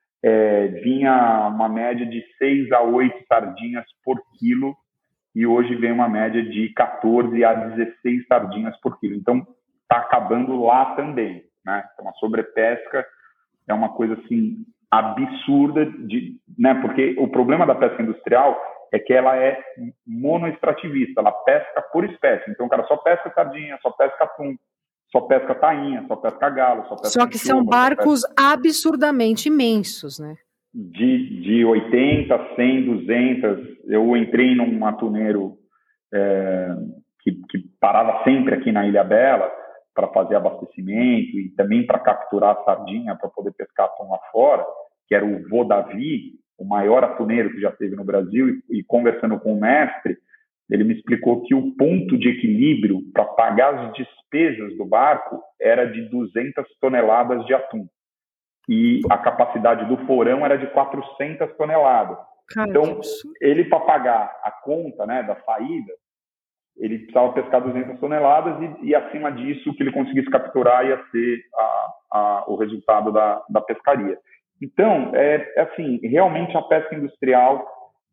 vinha uma média de 6 a 8 sardinhas por quilo, e hoje vem uma média de 14 a 16 sardinhas por quilo. Então, está acabando lá também, né? Então, a sobrepesca é uma coisa assim absurda, né? Porque o problema da pesca industrial é que ela é monoextrativista, ela pesca por espécie. Então, o cara só pesca sardinha, só pesca atum, só pesca tainha, só pesca galo, só pesca Só que são barcos absurdamente imensos, né? De 80, 100, 200. Eu entrei num atuneiro que parava sempre aqui na Ilha Bela para fazer abastecimento e também para capturar a sardinha para poder pescar atum lá fora, que era o Vô Davi, o maior atuneiro que já teve no Brasil, e conversando com o mestre, ele me explicou que o ponto de equilíbrio para pagar as despesas do barco era de 200 toneladas de atum. E a capacidade do forão era de 400 toneladas. Então, ele, para pagar a conta, né, da saída, ele precisava pescar 200 toneladas e acima disso, o que ele conseguisse capturar ia ser o resultado da pescaria. Então, assim, realmente a pesca industrial,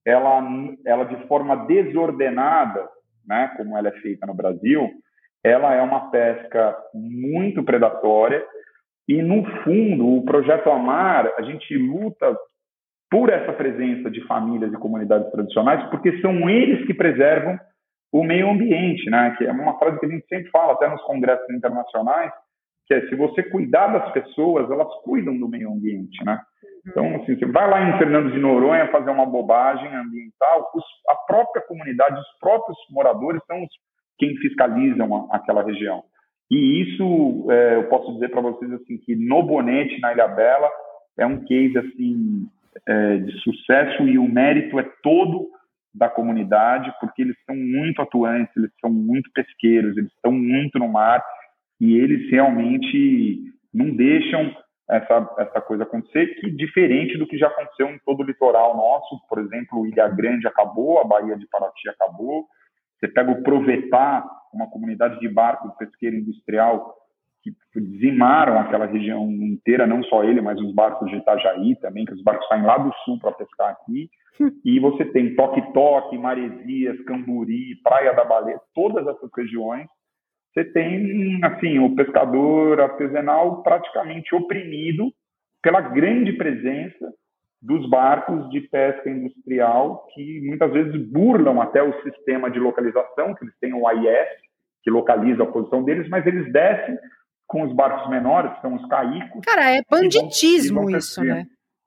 ela de forma desordenada, né, como ela é feita no Brasil, ela é uma pesca muito predatória e, no fundo, o Projeto Amar, a gente luta por essa presença de famílias e comunidades tradicionais, porque são eles que preservam o meio ambiente, né? Que é uma frase que a gente sempre fala, até nos congressos internacionais, que é: se você cuidar das pessoas, elas cuidam do meio ambiente, né? Então, assim, você vai lá em Fernando de Noronha fazer uma bobagem ambiental, a própria comunidade, os próprios moradores são quem fiscalizam aquela região. E isso, eu posso dizer para vocês assim, que no Bonete, na Ilha Bela, é um case assim, de sucesso, e o mérito é todo da comunidade, porque eles são muito atuantes, eles são muito pesqueiros, eles estão muito no mar, e eles realmente não deixam essa coisa acontecer, que diferente do que já aconteceu em todo o litoral nosso. Por exemplo, Ilha Grande acabou, a Baía de Paraty acabou. Você pega o Provetá, uma comunidade de barco pesqueiro industrial que dizimaram aquela região inteira, não só ele, mas os barcos de Itajaí também, que os barcos saem lá do sul para pescar aqui. E você tem Toque-Toque, Maresias, Camburi, Praia da Baleia, todas essas regiões. Você tem, assim, o pescador artesanal praticamente oprimido pela grande presença dos barcos de pesca industrial, que muitas vezes burlam até o sistema de localização, que eles têm o AIS, que localiza a posição deles, mas eles descem com os barcos menores, que são os caicos. Cara, é banditismo isso, né?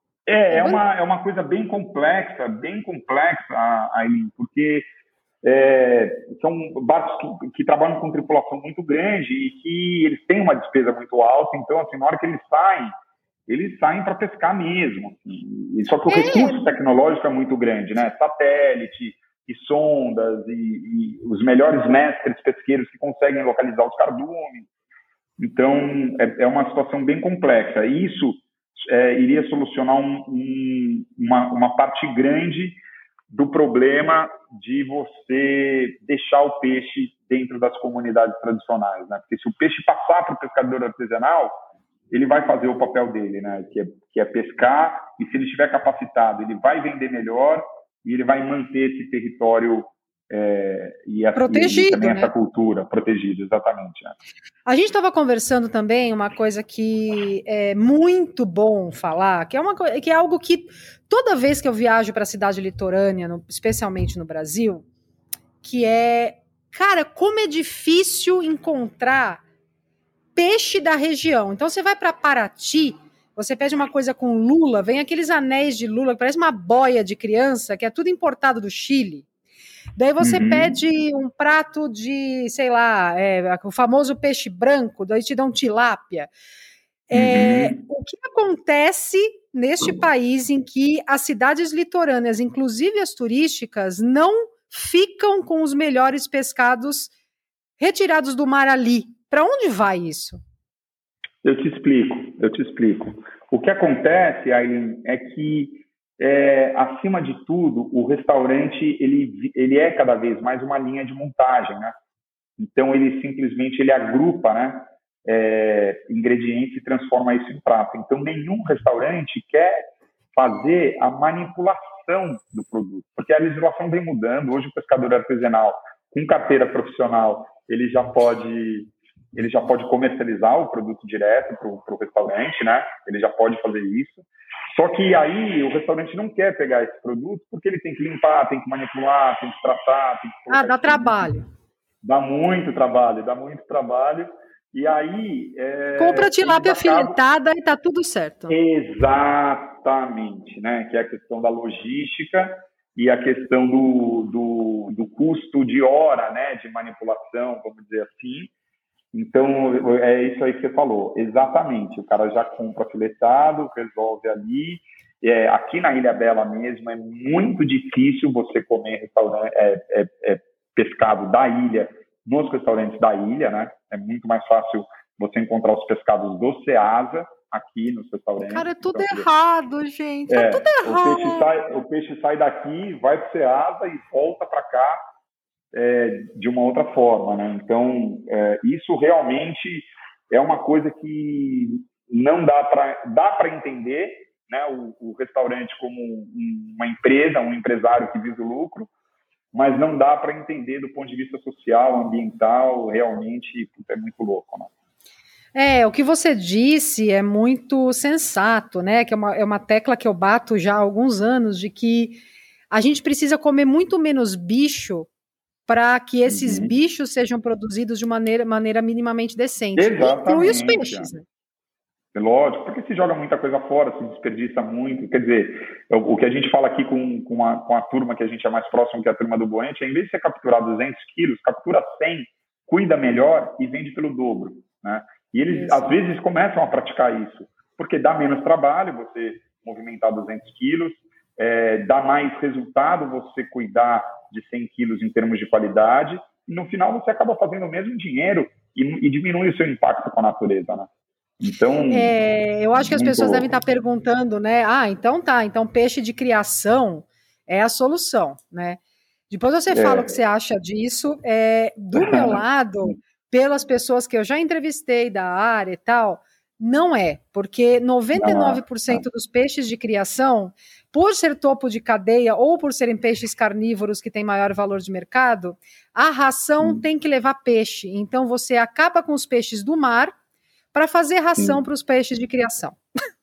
É uma coisa bem complexa, Aileen, porque são barcos que trabalham com tripulação muito grande e que eles têm uma despesa muito alta. Então, assim, na hora que eles saem para pescar mesmo. Assim. Só que o recurso tecnológico é muito grande, né? Satélite e sondas e os melhores mestres pesqueiros que conseguem localizar os cardumes. Então, é uma situação bem complexa. E isso iria solucionar uma parte grande do problema de você deixar o peixe dentro das comunidades tradicionais, né? Porque se o peixe passar para o pescador artesanal, ele vai fazer o papel dele, né? Que é pescar e se ele estiver capacitado, ele vai vender melhor e ele vai manter esse território protegido, e também né? essa cultura protegida, exatamente. A gente estava conversando também uma coisa que é muito bom falar, que é algo que toda vez que eu viajo para a cidade litorânea, especialmente no Brasil, que é, cara, como é difícil encontrar peixe da região. Então você vai para Paraty, você pede uma coisa com lula, vem aqueles anéis de lula, que parece uma boia de criança, que é tudo importado do Chile. Daí você pede um prato de, sei lá, o famoso peixe branco, daí te dão tilápia. O que acontece neste país em que as cidades litorâneas, inclusive as turísticas, não ficam com os melhores pescados retirados do mar ali? Para onde vai isso? Eu te explico. O que acontece, Aileen, é que, acima de tudo, o restaurante ele é cada vez mais uma linha de montagem, né? Então, ele agrupa, né, ingredientes e transforma isso em prato. Então, nenhum restaurante quer fazer a manipulação do produto, porque a legislação vem mudando. Hoje, o pescador artesanal, com carteira profissional, ele já pode comercializar o produto direto para o restaurante, né? Ele já pode fazer isso. Só que aí o restaurante não quer pegar esse produto porque ele tem que limpar, tem que manipular, tem que tratar, tem que dá trabalho. Dá muito trabalho. E aí... compra tilápia filetada e tá tudo certo. Exatamente, né? Que é a questão da logística e a questão do custo de hora, né? De manipulação, vamos dizer assim. Então, é isso aí que você falou. Exatamente. O cara já compra filetado, resolve ali. Aqui na Ilhabela mesmo, é muito difícil você comer pescado da ilha nos restaurantes da ilha, né? É muito mais fácil você encontrar os pescados do Ceasa aqui nos restaurantes. Cara, é tudo errado, gente. É tudo errado. O peixe sai daqui, vai para o Ceasa e volta para cá de uma outra forma, né? Então, isso realmente é uma coisa que não dá para entender, né? O restaurante como uma empresa, um empresário que visa o lucro, mas não dá para entender do ponto de vista social, ambiental, realmente é muito louco, né? O que você disse é muito sensato, né? Que é uma tecla que eu bato já há alguns anos, de que a gente precisa comer muito menos bicho para que esses bichos sejam produzidos de maneira minimamente decente. Exatamente. Inclui os peixes, né? Lógico, porque se joga muita coisa fora, se desperdiça muito. Quer dizer, o que a gente fala aqui com a turma que a gente é mais próximo, que é a turma do Boente, em vez de você capturar 200 quilos, captura 100, cuida melhor e vende pelo dobro, né? E eles, às vezes, começam a praticar isso, porque dá menos trabalho você movimentar 200 quilos, dá mais resultado você cuidar de 100 quilos em termos de qualidade, e no final você acaba fazendo o mesmo dinheiro e diminui o seu impacto com a natureza, né? Então, eu acho que as pessoas devem estar perguntando, né? Então peixe de criação é a solução, né? Depois você fala o que você acha disso. Do meu lado, pelas pessoas que eu já entrevistei da área e tal, não é, porque 99% dos peixes de criação, por ser topo de cadeia ou por serem peixes carnívoros que têm maior valor de mercado, a ração tem que levar peixe. Então você acaba com os peixes do mar para fazer ração para os peixes de criação.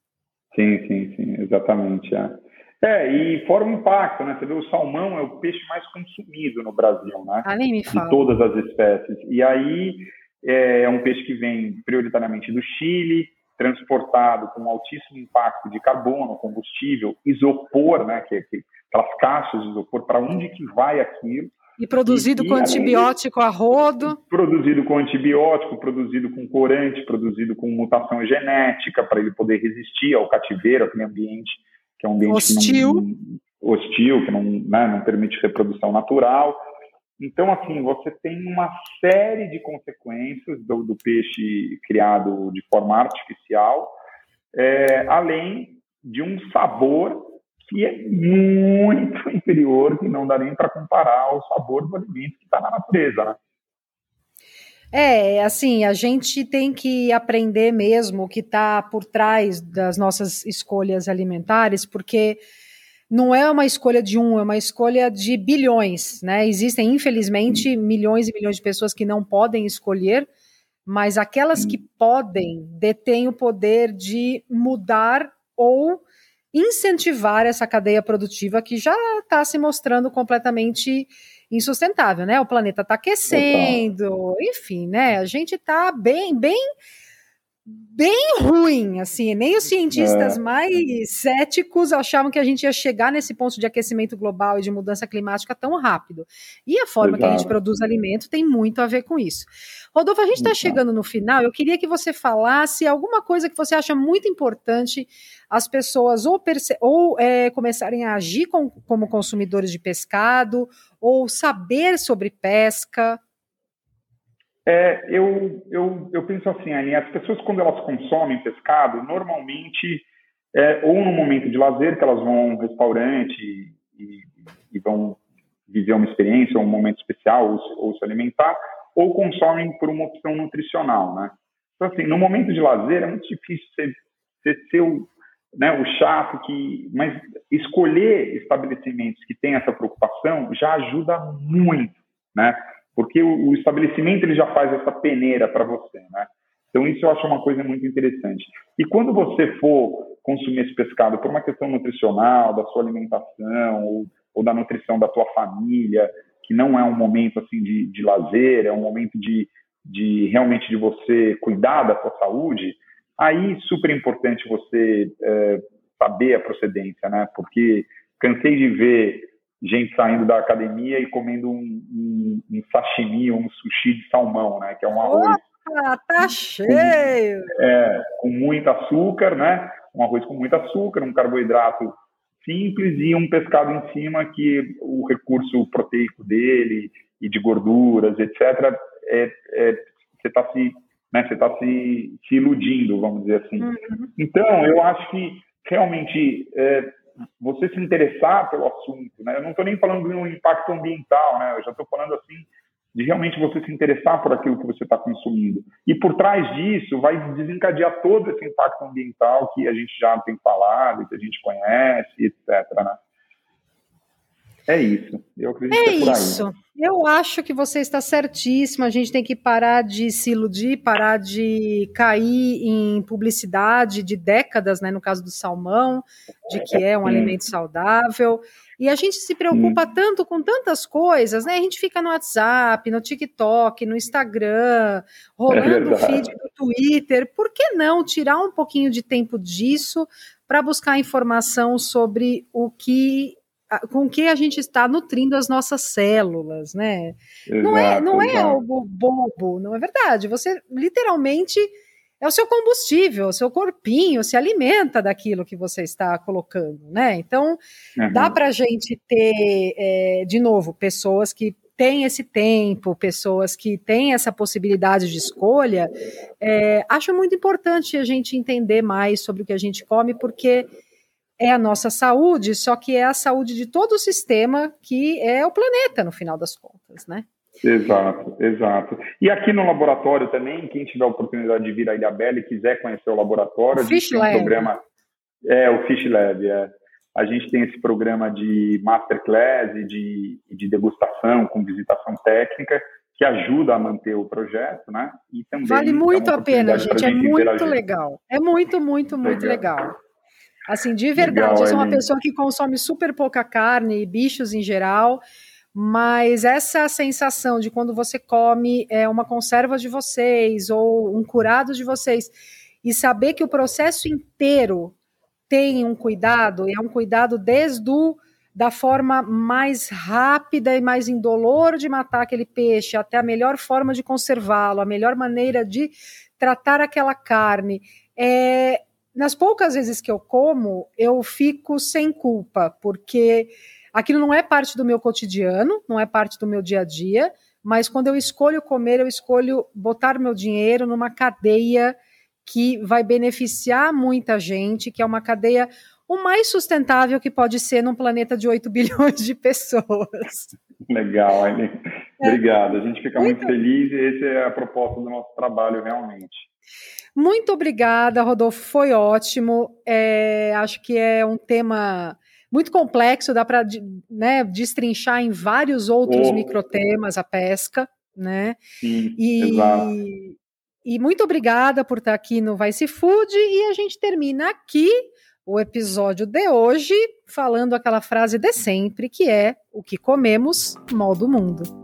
Sim, exatamente. E fora o impacto, né? Você vê, o salmão é o peixe mais consumido no Brasil, né? Nem me fala. De todas as espécies. E aí é um peixe que vem prioritariamente do Chile, transportado com altíssimo impacto de carbono, combustível, isopor, né? Aquelas caixas de isopor, para onde que vai aquilo? E produzido com antibiótico a rodo. Produzido com antibiótico, produzido com corante, produzido com mutação genética, para ele poder resistir ao cativeiro, aquele ambiente que é um ambiente hostil, que não permite reprodução natural. Então, assim, você tem uma série de consequências do peixe criado de forma artificial, além de um sabor que é muito inferior, que não dá nem para comparar ao sabor do alimento que está na natureza, né? Assim, a gente tem que aprender mesmo o que está por trás das nossas escolhas alimentares, porque não é uma escolha de um, é uma escolha de bilhões, né? Existem, infelizmente, milhões e milhões de pessoas que não podem escolher, mas aquelas que podem detêm o poder de mudar ou incentivar essa cadeia produtiva que já está se mostrando completamente insustentável, né? O planeta está aquecendo, enfim, né? A gente está bem ruim, assim, nem os cientistas mais céticos achavam que a gente ia chegar nesse ponto de aquecimento global e de mudança climática tão rápido. E a forma que a gente produz alimento tem muito a ver com isso. Rodolfo, a gente está chegando no final, eu queria que você falasse alguma coisa que você acha muito importante as pessoas ou começarem a agir como consumidores de pescado, ou saber sobre pesca. Eu penso assim, Anny, as pessoas quando elas consomem pescado, normalmente, ou no momento de lazer, que elas vão a um restaurante e vão viver uma experiência, ou um momento especial, ou se alimentar, ou consomem por uma opção nutricional, né? Então, assim, no momento de lazer é muito difícil você ser o chato, mas escolher estabelecimentos que têm essa preocupação já ajuda muito, né? Porque o estabelecimento ele já faz essa peneira para você, né? Então isso eu acho uma coisa muito interessante. E quando você for consumir esse pescado por uma questão nutricional, da sua alimentação ou da nutrição da tua família, que não é um momento assim de lazer, é um momento de realmente de você cuidar da sua saúde, aí super importante você saber a procedência, né? Porque cansei de ver gente saindo da academia e comendo um sashimi, um sushi de salmão, né? Que é um arroz... tá cheio! Com muito açúcar, né? Um arroz com muito açúcar, um carboidrato simples e um pescado em cima que o recurso proteico dele e de gorduras, etc., você está se iludindo, vamos dizer assim. Então, eu acho que realmente... você se interessar pelo assunto, né? Eu não estou nem falando de um impacto ambiental, né? Eu já estou falando assim de realmente você se interessar por aquilo que você está consumindo. E por trás disso vai desencadear todo esse impacto ambiental que a gente já tem falado, que a gente conhece, etc., né? É isso. Eu acredito que é por aí. Isso. Eu acho que você está certíssimo. A gente tem que parar de se iludir, parar de cair em publicidade de décadas, né, no caso do salmão, de que é um alimento saudável. E a gente se preocupa tanto com tantas coisas, né? A gente fica no WhatsApp, no TikTok, no Instagram, rolando o feed do Twitter. Por que não tirar um pouquinho de tempo disso para buscar informação sobre com que a gente está nutrindo as nossas células, né? Exato, não é algo bobo, não é verdade. Você literalmente é o seu combustível, o seu corpinho se alimenta daquilo que você está colocando, né? Então, dá para a gente ter, de novo, pessoas que têm esse tempo, pessoas que têm essa possibilidade de escolha. Acho muito importante a gente entender mais sobre o que a gente come, porque é a nossa saúde, só que é a saúde de todo o sistema, que é o planeta, no final das contas, né? Exato. E aqui no laboratório também, quem tiver a oportunidade de vir à Ilhabela e quiser conhecer o laboratório, a gente tem um programa, o Fish Lab, a gente tem esse programa de masterclass e de degustação com visitação técnica, que ajuda a manter o projeto, né? E também vale muito a pena, gente, é muito legal. É muito, muito, muito legal. Assim, de verdade, eu sou uma pessoa que consome super pouca carne e bichos em geral, mas essa sensação de quando você come uma conserva de vocês ou um curado de vocês e saber que o processo inteiro tem um cuidado, e é um cuidado desde da forma mais rápida e mais indolor de matar aquele peixe, até a melhor forma de conservá-lo, a melhor maneira de tratar aquela carne. Nas poucas vezes que eu como, eu fico sem culpa, porque aquilo não é parte do meu cotidiano, não é parte do meu dia a dia, mas quando eu escolho comer, eu escolho botar meu dinheiro numa cadeia que vai beneficiar muita gente, que é uma cadeia o mais sustentável que pode ser num planeta de 8 bilhões de pessoas. Legal, Anny. Obrigado, a gente fica muito feliz e essa é a proposta do nosso trabalho realmente. Muito obrigada, Rodolfo, foi ótimo. Acho que é um tema muito complexo, dá para destrinchar em vários outros microtemas a pesca, né? Sim, exato. E muito obrigada por estar aqui no Vice Food, e a gente termina aqui o episódio de hoje falando aquela frase de sempre, que é: o que comemos molda o mundo.